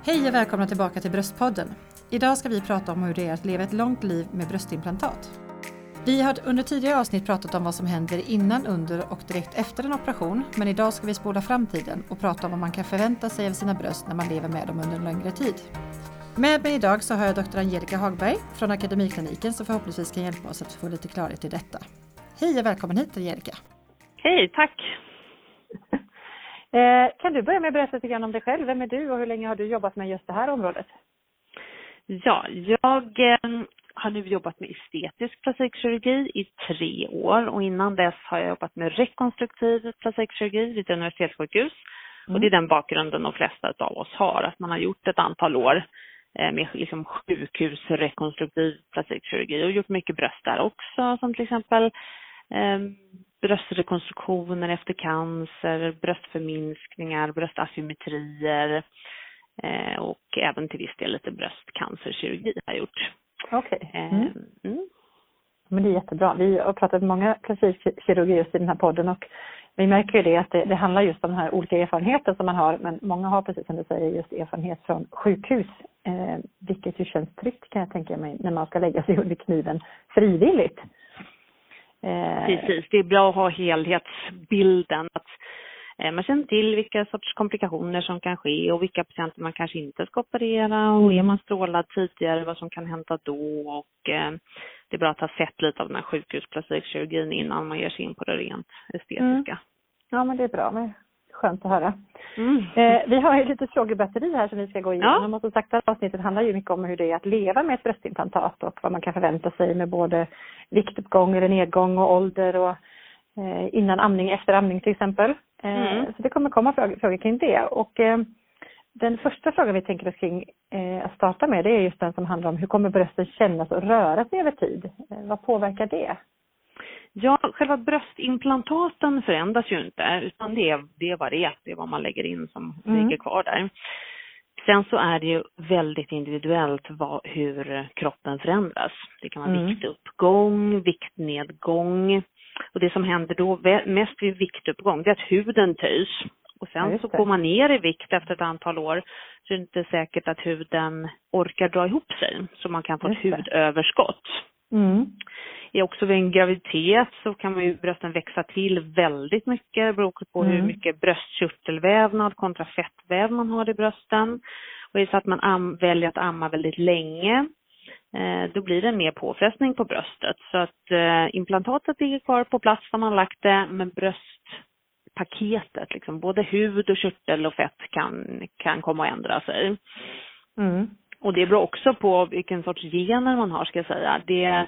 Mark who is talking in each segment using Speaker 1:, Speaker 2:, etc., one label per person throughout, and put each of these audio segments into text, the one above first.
Speaker 1: Hej och välkomna tillbaka till Bröstpodden. Idag ska vi prata om hur det är att leva ett långt liv med bröstimplantat. Vi har under tidigare avsnitt pratat om vad som händer innan, under och direkt efter en operation. Men idag ska vi spola fram tiden och prata om vad man kan förvänta sig av sina bröst när man lever med dem under en längre tid. Med mig idag så har jag doktor Angelica Hagberg från Akademikliniken som förhoppningsvis kan hjälpa oss att få lite klarhet i detta. Hej och välkommen hit Angelica.
Speaker 2: Hej, tack.
Speaker 1: Kan du börja med att berätta lite grann om dig själv? Vem är du och hur länge har du jobbat med just det här området?
Speaker 2: Ja, jag har nu jobbat med estetisk plastikkirurgi i 3 år och innan dess har jag jobbat med rekonstruktiv plastikkirurgi vid ett universitetssjukhus. Och det är den bakgrunden de flesta av oss har, att man har gjort ett antal år med liksom sjukhusrekonstruktiv plastikkirurgi och gjort mycket bröst där också, som till exempel bröstrekonstruktioner efter cancer, bröstförminskningar, bröstasymmetrier och även till viss del lite bröstcancerkirurgi har jag gjort.
Speaker 1: Okej. Men det är jättebra. Vi har pratat med många plastikkirurgi just i den här podden och vi märker ju det att det handlar just om den här olika erfarenheten som man har, men många har precis som du säger just erfarenhet från sjukhus, vilket ju känns tryggt kan jag tänka mig när man ska lägga sig under kniven frivilligt.
Speaker 2: Precis, det är bra att ha helhetsbilden, att man känner till vilka sorts komplikationer som kan ske och vilka patienter man kanske inte ska operera och är man strålad tidigare, vad som kan hända då, och det är bra att ha sett lite av den här sjukhusplastikirurgin innan man ger sig in på det rent estetiska.
Speaker 1: Ja, men det är bra, men skönt att höra. Vi har ju lite frågebatteri här som vi ska gå igenom. Ja. Och som sagt, det här avsnittet handlar ju mycket om hur det är att leva med ett bröstimplantat och vad man kan förvänta sig med både viktuppgång eller nedgång och ålder och innan amning, efter amning till exempel. Så det kommer komma frågor kring det. Och den första frågan vi tänker oss kring att starta med, det är just den som handlar om hur kommer brösten kännas och röra sig över tid? Vad påverkar det?
Speaker 2: Ja, själva bröstimplantaten förändras ju inte, utan det är vad det är. Det är vad man lägger in som ligger kvar där. Sen så är det ju väldigt individuellt hur kroppen förändras. Det kan vara viktuppgång, viktnedgång. Och det som händer då mest vid viktuppgång, det är att huden töjs. Och sen så går man ner i vikt efter ett antal år, så är det inte säkert att huden orkar dra ihop sig. Så man kan få ett hudöverskott. Också vid en graviditet så kan man ju brösten växa till väldigt mycket, beroende på hur mycket bröstkörtelvävnad kontra fettväv man har i brösten. Och är det så att man väljer att amma väldigt länge, då blir det mer påfrestning på bröstet. Så att implantatet ligger kvar på plats där man har lagt det, men bröstpaketet, liksom, både hud och körtel och fett kan komma att ändra sig. Och det beror också på vilken sorts gener man har, ska jag säga. Det är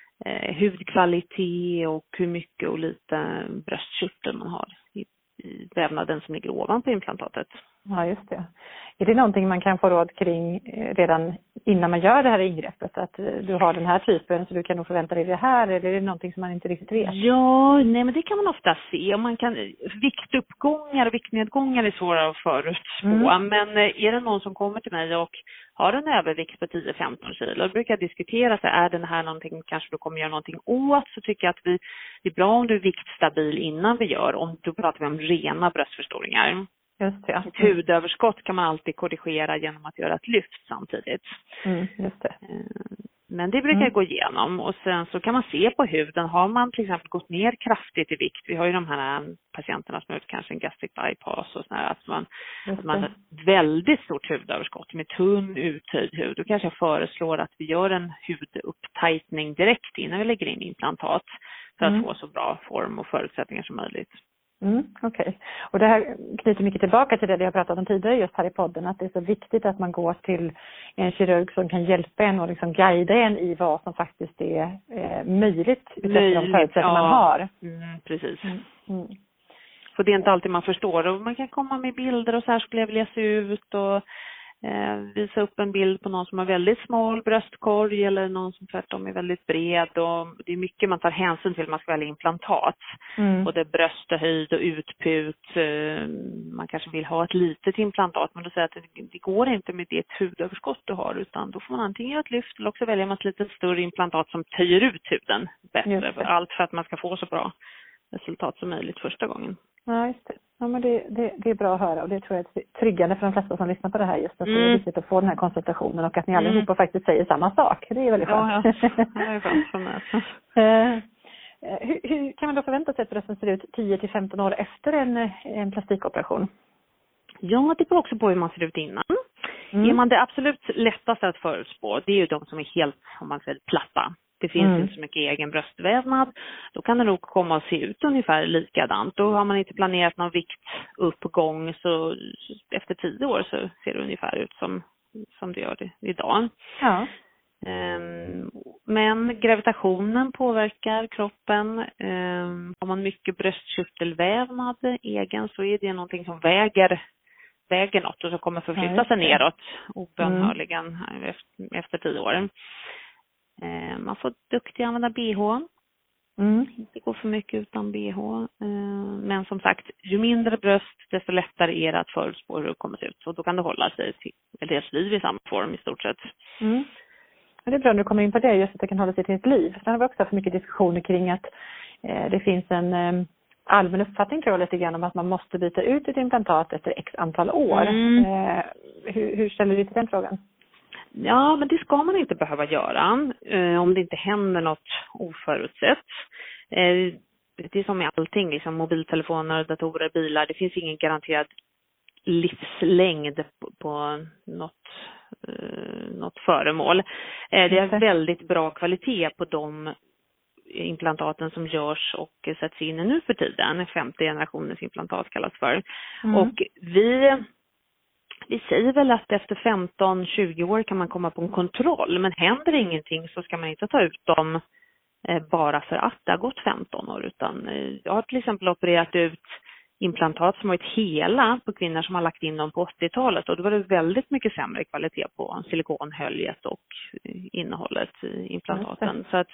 Speaker 2: hudkvalitet och hur mycket och lite bröstkörtel man har i vävnaden som ligger ovanpå implantatet.
Speaker 1: Ja, just det. Är det någonting man kan få råd kring redan innan man gör det här ingreppet? Att du har den här typen så du kan nog förvänta dig det här, eller är det någonting som man inte riktigt vet?
Speaker 2: Ja, nej, men det kan man ofta se. Viktuppgångar och viktnedgångar är svårare att förutspå. Men är det någon som kommer till mig och har en övervikt på 10-15 kilo, då brukar jag diskutera så är den här någonting kanske du kommer göra någonting åt, så tycker jag att det är bra om du är viktstabil innan vi gör, om du pratar vi om rena bröstförstoringar.
Speaker 1: Just det.
Speaker 2: Ett hudöverskott kan man alltid korrigera genom att göra ett lyft samtidigt.
Speaker 1: Just det.
Speaker 2: Men det brukar jag gå igenom. Och sen så kan man se på huden. Har man till exempel gått ner kraftigt i vikt. Vi har ju de här patienterna som har gjort kanske en gastric bypass. Och sådär, att man har ett väldigt stort hudöverskott med tunn uttöjd hud. Då kanske jag föreslår att vi gör en hudupptajtning direkt innan vi lägger in implantat. För att få så bra form och förutsättningar som möjligt.
Speaker 1: Okej. Och det här knyter mycket tillbaka till det vi har pratat om tidigare just här i podden, att det är så viktigt att man går till en kirurg som kan hjälpa en och liksom guida en i vad som faktiskt är möjligt utifrån de förutsättningar man har.
Speaker 2: Precis. För det är inte alltid man förstår, och man kan komma med bilder och så här skulle jag vilja se ut och visa upp en bild på någon som har väldigt smal bröstkorg eller någon som tvärtom är väldigt bred, och det är mycket man tar hänsyn till när man ska välja implantat. Både brösthöjd och utput, man kanske vill ha ett litet implantat, men då säger att det går inte med det hudöverskott du har, utan då får man antingen göra ett lyft eller också välja man ett lite större implantat som töjer ut huden bättre, allt för att man ska få så bra resultat som möjligt första gången.
Speaker 1: Ja, just det. Ja, men det är bra att höra, och det tror jag är ett betryggande för de flesta som lyssnar på det här, just att det är viktigt att få den här konsultationen och att ni allihopa faktiskt säger samma sak. Det är väldigt skönt.
Speaker 2: Ja, det är skönt för mig.
Speaker 1: Hur kan man då förvänta sig att brösten ser ut 10-15 år efter en plastikoperation?
Speaker 2: Ja, det beror också på hur man ser ut innan. Är man det absolut lättaste att förutspå, det är ju de som är helt, om man säger, platta. Det finns inte så mycket egen bröstvävnad. Då kan det nog komma att se ut ungefär likadant. Då har man inte planerat någon viktuppgång, så efter 10 år så ser det ungefär ut som det gör det idag.
Speaker 1: Ja.
Speaker 2: Men gravitationen påverkar kroppen. Har man mycket bröstkörtelvävnad egen, så är det någonting som väger något och så kommer förflytta sig neråt obönhörligen efter 10 år. Man får duktigt använda BH. Inte gå för mycket utan BH. Men som sagt, ju mindre bröst, desto lättare är det att förutspå hur det kommer se ut. Och då kan det hålla sig till deras liv i samma form i stort sett.
Speaker 1: Det är bra när du kommer in på det, just att det kan hålla sig till ett liv. Sen har vi också haft mycket diskussioner kring att det finns en allmän uppfattning, tror jag, lite grann om att man måste byta ut ett implantat efter x antal år. Hur ställer du dig till den frågan?
Speaker 2: Ja, men det ska man inte behöva göra om det inte händer något oförutsett. Det är som med allting, liksom mobiltelefoner, datorer, bilar. Det finns ingen garanterad livslängd på något föremål. Det är väldigt bra kvalitet på de implantaten som görs och sätts in nu för tiden. 5:e generationens implantat kallas för. Och vi säger väl att efter 15-20 år kan man komma på en kontroll, men händer ingenting så ska man inte ta ut dem bara för att det har gått 15 år, utan jag har till exempel opererat ut implantat som varit hela på kvinnor som har lagt in dem på 80-talet, och då var det väldigt mycket sämre kvalitet på silikonhöljet och innehållet i implantaten. Så att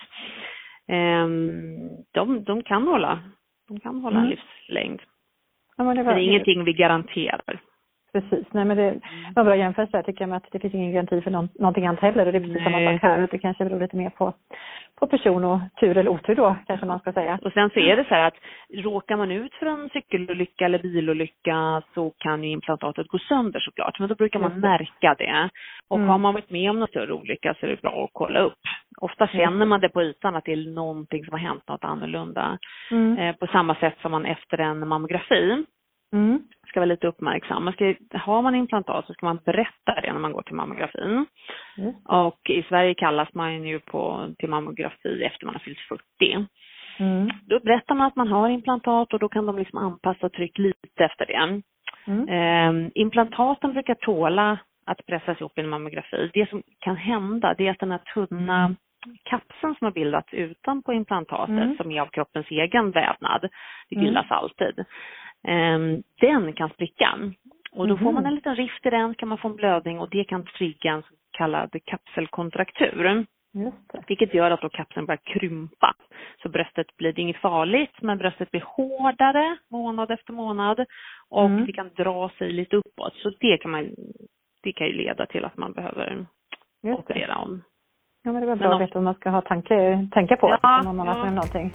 Speaker 2: de kan hålla en livslängd. Ja, men det är ingenting vi garanterar.
Speaker 1: Precis, nej men det var bra jämförelse där, tycker jag, med att det finns ingen garanti för någonting annat heller, och det är precis samma sak här, att det kanske beror lite mer på person och tur eller otur då, kanske man ska säga.
Speaker 2: Och sen så är det så här att råkar man ut för en cykelolycka eller bilolycka så kan ju implantatet gå sönder såklart, men då brukar man märka det. Och har man varit med om någon större olycka så är det bra att kolla upp. Ofta känner man det på ytan att det är någonting som har hänt, något annorlunda. På samma sätt som man efter en mammografi ska vara lite uppmärksam. Har man implantat så ska man berätta det när man går till mammografin. Och i Sverige kallas man ju till mammografi efter man har fyllt 40. Då berättar man att man har implantat, och då kan de liksom anpassa tryck lite efter det. Implantaten brukar tåla att pressas ihop i en mammografi. Det som kan hända, det är att den här tunna kapseln som har bildats utanpå implantatet, som är av kroppens egen vävnad, det bildas alltid. Den kan spricka, och då får man en liten rift i den, kan man få en blödning, och det kan trigga en så kallad kapselkontraktur. Vilket gör att då kapseln börjar krympa. Så bröstet blir inget farligt, men bröstet blir hårdare månad efter månad, och det kan dra sig lite uppåt. Så det kan ju leda till att man behöver operera om.
Speaker 1: Ja, men det var bra att veta vad man ska ha tänka på om man har varit med någonting.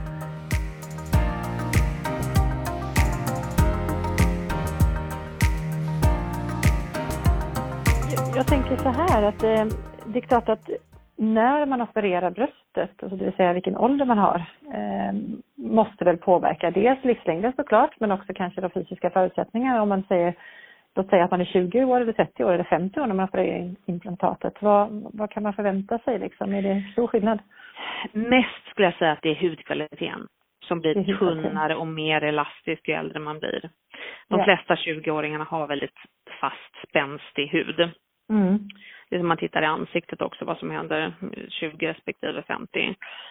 Speaker 1: Jag tänker så här att det är klart att när man opererar bröstet, alltså det vill säga vilken ålder man har, måste väl påverka dels livslängden såklart, men också kanske de fysiska förutsättningarna. Om man säger, låt säga att man är 20 år eller 30 år eller 50 år när man opererar implantatet. Vad kan man förvänta sig liksom? Är det stor skillnad?
Speaker 2: Mest skulle jag säga att det är hudkvaliteten som blir tunnare och mer elastisk ju äldre man blir. De flesta 20-åringarna har väldigt fast spänstig hud. Det är som man tittar i ansiktet också, vad som händer 20 respektive 50.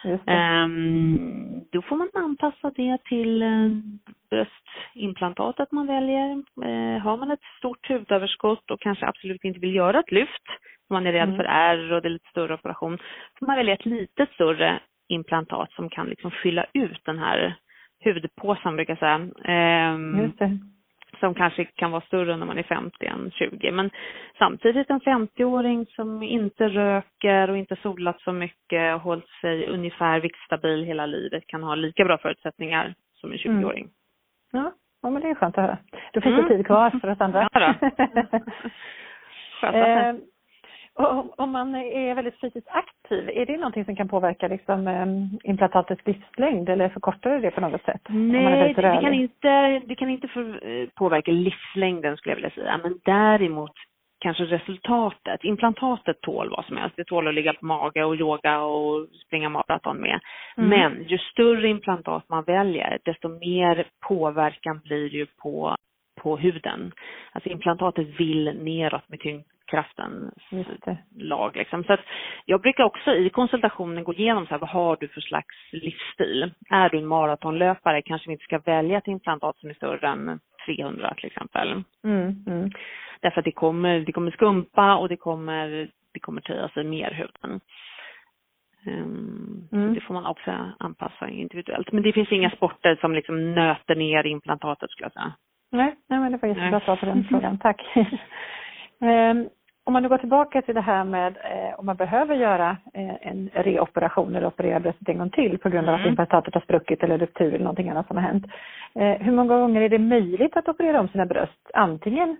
Speaker 2: Då får man anpassa det till bröstimplantatet man väljer. Har man ett stort hudöverskott och kanske absolut inte vill göra ett lyft, om man är rädd för ärr och det är lite större operation, får man välja ett lite större implantat som kan liksom fylla ut den här hudpåsen, brukar jag säga. Som kanske kan vara större när man är 50 än 20. Men samtidigt en 50-åring som inte röker och inte solat så mycket och hållit sig ungefär viktstabil hela livet kan ha lika bra förutsättningar som en 20-åring.
Speaker 1: Ja, men det är skönt att höra. då finns det tid kvar för oss andra.
Speaker 2: Ja då.
Speaker 1: Om man är väldigt fysiskt aktiv, är det någonting som kan påverka liksom, implantatets livslängd eller förkortar det på något sätt?
Speaker 2: Nej, det kan inte påverka livslängden skulle jag vilja säga. Men däremot kanske resultatet. Implantatet tål vad som helst. Det tål att ligga på mage och yoga och springa maraton med. Men ju större implantat man väljer, desto mer påverkan blir ju på huden. Alltså implantatet vill neråt med tyngdkraften lag. Liksom. Så att jag brukar också i konsultationen gå igenom så här, vad har du för slags livsstil? Är du en maratonlöpare kanske vi inte ska välja ett implantat som är större än 300 till exempel. Därför att det kommer skumpa och det kommer töja sig mer huden. Det får man också anpassa individuellt. Men det finns inga sporter som liksom nöter ner implantatet skulle jag säga.
Speaker 1: Nej, men det var jättebra svar på den frågan. Tack. Om man nu går tillbaka till det här med om man behöver göra en reoperation eller operera bröstet en gång till på grund av att implantatet har spruckit eller ruptur eller någonting annat som har hänt. Hur många gånger är det möjligt att operera om sina bröst? Antingen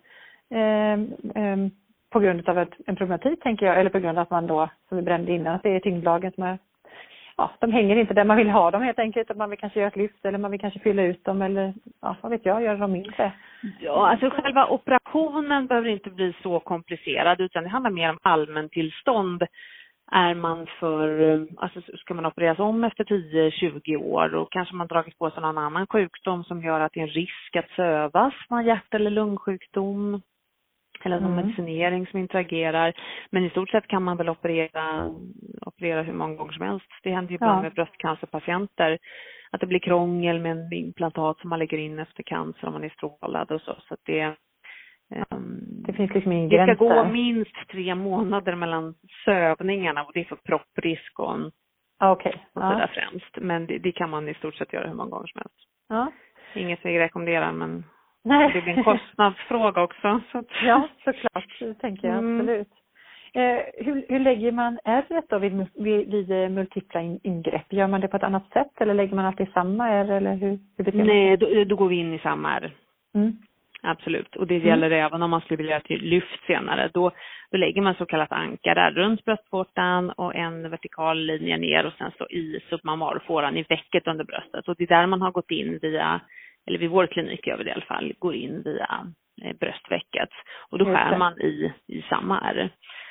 Speaker 1: på grund av en problematik tänker jag, eller på grund av att man då, som vi brände innan, att det är tyngdlagen som är, de hänger inte där man vill ha dem helt enkelt, att man vill kanske göra ett lyft eller man vill kanske fylla ut dem eller vad vet jag, göra dem mindre.
Speaker 2: Ja, alltså själva operationen behöver inte bli så komplicerad utan det handlar mer om allmäntillstånd. Är man ska man opereras om efter 10-20 år och kanske man dragit på sig någon annan sjukdom som gör att det är en risk att sövas, man hjärt- eller lungsjukdom eller någon medicinering som interagerar. Men i stort sett kan man väl operera hur många gånger som helst. Det händer ju ibland med bröstcancerpatienter att det blir krångel med en implantat som man lägger in efter cancer om man är strålad och så. Så att
Speaker 1: det finns liksom ingen gräns.
Speaker 2: Det ska gå minst 3 månader mellan sövningarna och det är för propprisk och sådär främst. Men det kan man i stort sett göra hur många gånger som helst.
Speaker 1: Ja.
Speaker 2: Inget jag rekommenderar men det blir en kostnadsfråga också. Så att...
Speaker 1: Ja, såklart. Det tänker jag absolut. Hur lägger man ärret då vid multipla ingrepp? Gör man det på ett annat sätt eller lägger man alltid samma ärr? Eller hur
Speaker 2: Nej, då går vi in i samma ärr. Absolut. Och det gäller även om man skulle vilja till lyft senare. Då lägger man så kallat ankare runt bröstvårtan och en vertikal linje ner och sen så i submammorfåran i vecket under bröstet. Och det är där man har gått in eller vid vår klinik gör vi det i alla fall, går in via bröstvecket. Och då skär man i samma ärr.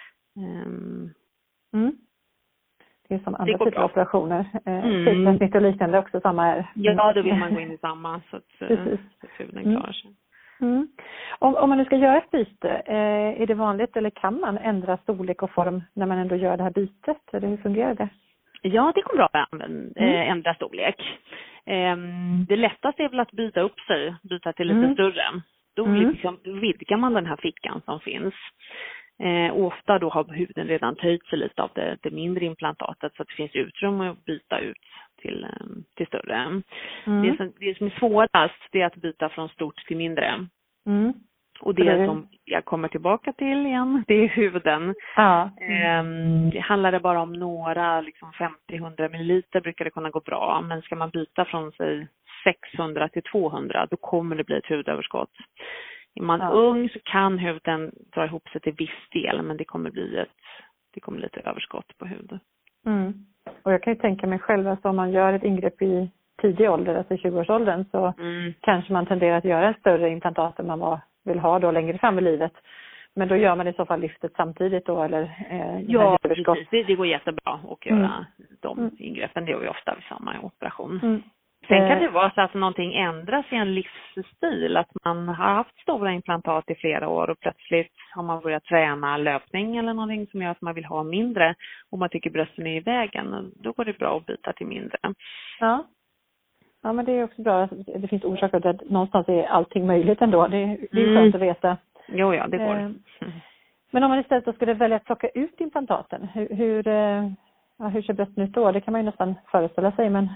Speaker 1: Det är som andra typer av operationer. Kejsarsnitt och liknande också samma ärr.
Speaker 2: Ja, då vill man gå in i samma så att huden klarar sig.
Speaker 1: Om man nu ska göra ett byte, är det vanligt eller kan man ändra storlek och form när man ändå gör det här bytet? Eller hur fungerar det?
Speaker 2: Ja, det kommer bra att ändra storlek. Det lättaste är väl att byta till lite större. Då vidgar man den här fickan som finns. Och ofta då har huden redan töjt sig lite av det mindre implantatet så att det finns utrymme att byta ut till större. Det som är svårast det är att byta från stort till mindre. Och det som jag kommer tillbaka till igen, det är huden. Det handlar det bara om några, liksom 50-100 milliliter brukar det kunna gå bra. Men ska man byta från sig 600 till 200, då kommer det bli ett hudöverskott. Är man ung så kan huden dra ihop sig till viss del, men det kommer bli lite överskott på huden.
Speaker 1: Och jag kan ju tänka mig själv att om man gör ett ingrepp i tidig ålder, alltså i 20-årsåldern, så kanske man tenderar att göra en större implantat än man vill ha då längre fram i livet. Men då gör man i så fall lyftet samtidigt då, eller?
Speaker 2: Ja, precis. Det går jättebra att göra de ingreppen. Det gör vi ofta vid samma operation. Sen kan det vara så att någonting ändras i en livsstil. Att man har haft stora implantat i flera år och plötsligt har man börjat träna löpning eller någonting som gör att man vill ha mindre. Och man tycker brösten är i vägen. Då går det bra att byta till mindre.
Speaker 1: Ja, men det är också bra. Det finns orsaker till att någonstans är allting möjligt ändå. Det är skönt att veta.
Speaker 2: Jo, ja, det går.
Speaker 1: Men om man istället då skulle välja att plocka ut implantaten, hur ser brösten ut då? Det kan man ju nästan föreställa sig. Men,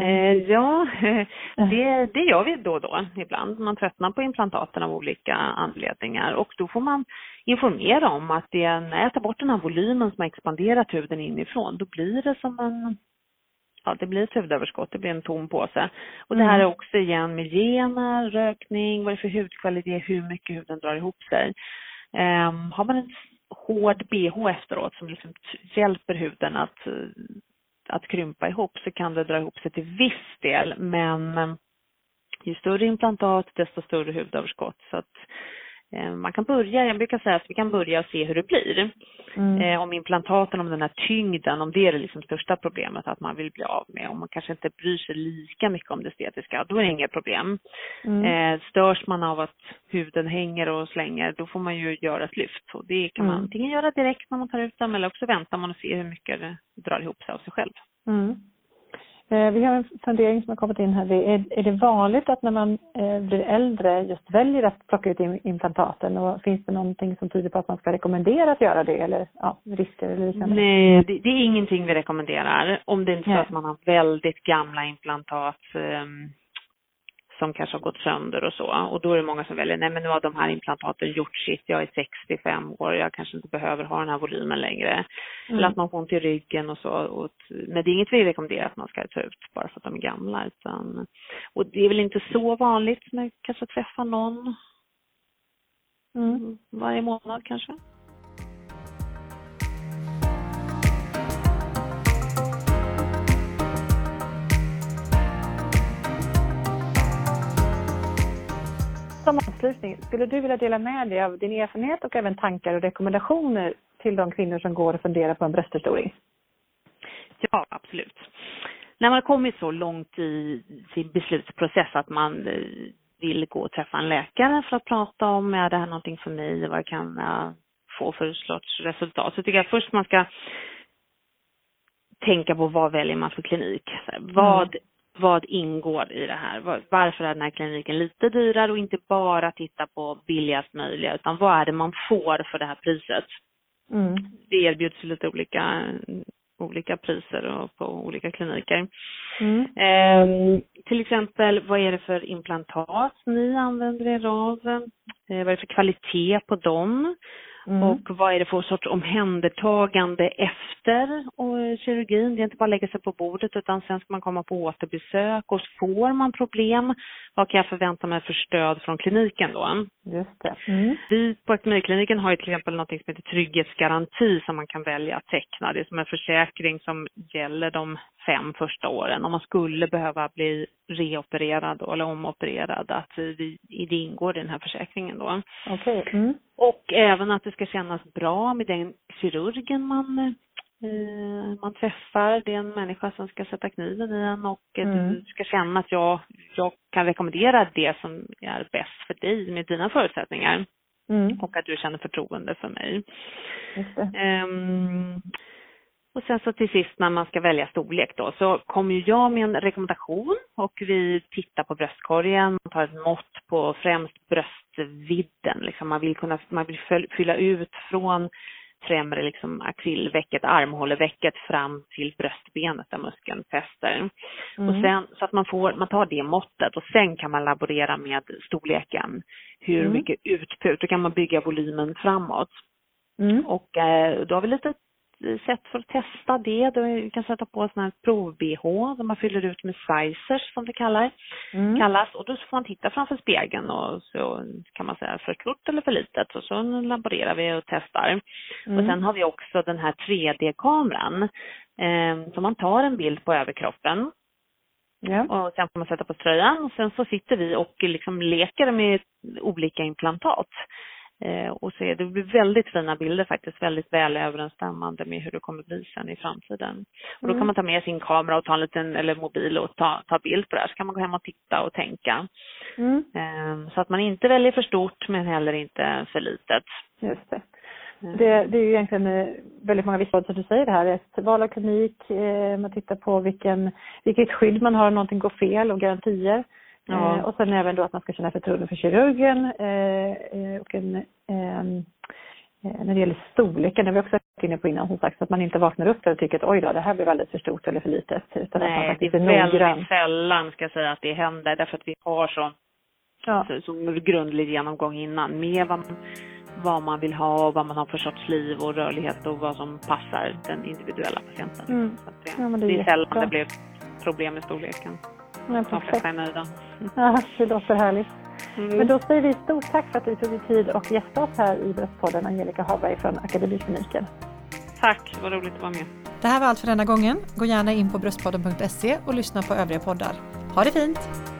Speaker 2: det gör vi då och då ibland. Man tröttnar på implantaten av olika anledningar. Och då får man informera om att när jag tar bort den här volymen som har expanderat huden inifrån, då blir det som det blir ett hudöverskott, det blir en tom påse. Och det här är också igen med gener, rökning, vad är det för hudkvalitet, hur mycket huden drar ihop sig. Har man en hård BH efteråt som liksom hjälper huden att krympa ihop, så kan det dra ihop sig till viss del, men ju större implantat desto större hudöverskott. Så att man kan börja, jag brukar säga att vi kan börja och se hur det blir. Om implantaten, om den här tyngden, om det är det liksom största problemet att man vill bli av med. Om man kanske inte bryr sig lika mycket om det estetiska, då är det inget problem. Störs man av att huden hänger och slänger, då får man ju göra ett lyft. Och det kan man antingen göra direkt när man tar ut dem, eller också väntar man och ser hur mycket det drar ihop sig av sig själv.
Speaker 1: Vi har en fundering som har kommit in här. Är det vanligt att när man blir äldre just väljer att plocka ut implantaten? Och finns det någonting som tyder på att man ska rekommendera att göra det? Eller risker eller liknande?
Speaker 2: Nej, det är ingenting vi rekommenderar. Om det inte är så att man har väldigt gamla implantat som kanske har gått sönder och så. Och då är det många som väljer, nej men nu har de här implantaten gjort sitt, jag är 65 år, jag kanske inte behöver ha den här volymen längre. Eller att man får ont i ryggen och så. Men det är inget vi rekommenderar att man ska ta ut bara för att de är gamla. Och det är väl inte så vanligt med kanske träffa någon varje månad kanske.
Speaker 1: Som avslutning, skulle du vilja dela med dig av din erfarenhet och även tankar och rekommendationer till de kvinnor som går och funderar på en bröstförstoring?
Speaker 2: Ja, absolut. När man har kommit så långt i sin beslutsprocess att man vill gå och träffa en läkare för att prata om, är det här någonting för mig, vad kan jag få för slags resultat, så tycker jag först man ska tänka på vad väljer man för klinik. Vad ingår i det här? Varför är den här kliniken lite dyrare, och inte bara titta på billigast möjliga, utan vad är det man får för det här priset? Det erbjuds lite olika priser och på olika kliniker. Till exempel, vad är det för implantat ni använder er av? Vad är det för kvalitet på dem? Och vad är det för sorts omhändertagande efter kirurgin? Det är inte bara att lägga sig på bordet, utan sen ska man komma på återbesök. Och får man problem, vad kan jag förvänta mig för stöd från kliniken då?
Speaker 1: Just det.
Speaker 2: Vi på Ekonomikliniken har ju till exempel något som heter trygghetsgaranti som man kan välja att teckna. Det är som en försäkring som gäller de 5 första åren. Om man skulle behöva bli reopererad eller omopererad, att det ingår i den här försäkringen då.
Speaker 1: Okej.
Speaker 2: Och även att det ska kännas bra med den kirurgen man träffar. Det är en människa som ska sätta kniven i en, och du ska känna att jag kan rekommendera det som är bäst för dig med dina förutsättningar. Och att du känner förtroende för mig.
Speaker 1: Just det.
Speaker 2: Och sen så till sist när man ska välja storlek då, så kommer jag med en rekommendation, och vi tittar på bröstkorgen, man tar ett mått på främst bröstvidden. Liksom man vill fylla ut från främre liksom axillvecket, armhålevecket fram till bröstbenet där muskeln fäster. Och sen så att man tar det måttet, och sen kan man laborera med storleken. Hur mycket utput, då kan man bygga volymen framåt. Och då har vi lite sätt för att testa det. Du kan sätta på sån här prov-BH där man fyller ut med sizers som det kallas. Och då får man titta framför spegeln, och så kan man säga för stort eller för litet. Och så laborerar vi och testar. Och sen har vi också den här 3D-kameran. Så man tar en bild på överkroppen. Och sen får man sätta på tröjan. Och sen så sitter vi och liksom leker med olika implantat. Och så det blir väldigt fina bilder faktiskt, väldigt väl överensstämmande med hur det kommer bli sen i framtiden. Och då kan man ta med sin kamera och ta en liten, eller mobil, och ta bild på det här. Så kan man gå hem och titta och tänka. Så att man inte väljer för stort men heller inte för litet.
Speaker 1: Just det. Det är ju egentligen väldigt många vissa som du säger det här. Ett val av klinik, man tittar på vilket skydd man har om någonting går fel, och garantier. Och sen även då att man ska känna förtroende för kirurgen, och när det gäller storleken, det har vi också varit inne på innan, som sagt, så att man inte vaknar upp och tycker att oj då, det här blir väldigt för stort eller för litet. Utan
Speaker 2: nej,
Speaker 1: att man
Speaker 2: det är väldigt sällan ska jag säga att det händer, därför att vi har så grundlig genomgång innan med vad man vill ha, och vad man har för sorts liv och rörlighet, och vad som passar den individuella patienten. Så att det är sällan det blir problem med storleken.
Speaker 1: Ja,
Speaker 2: de flesta är nöjda.
Speaker 1: Ja, det låter härligt. Men då säger vi stort tack för att du tog dig tid och gästade oss här i Bröstpodden, Angelica Hagberg från Akademikliniken.
Speaker 2: Tack, vad roligt att vara med.
Speaker 3: Det här var allt för denna gången. Gå gärna in på bröstpodden.se och lyssna på övriga poddar. Ha det fint!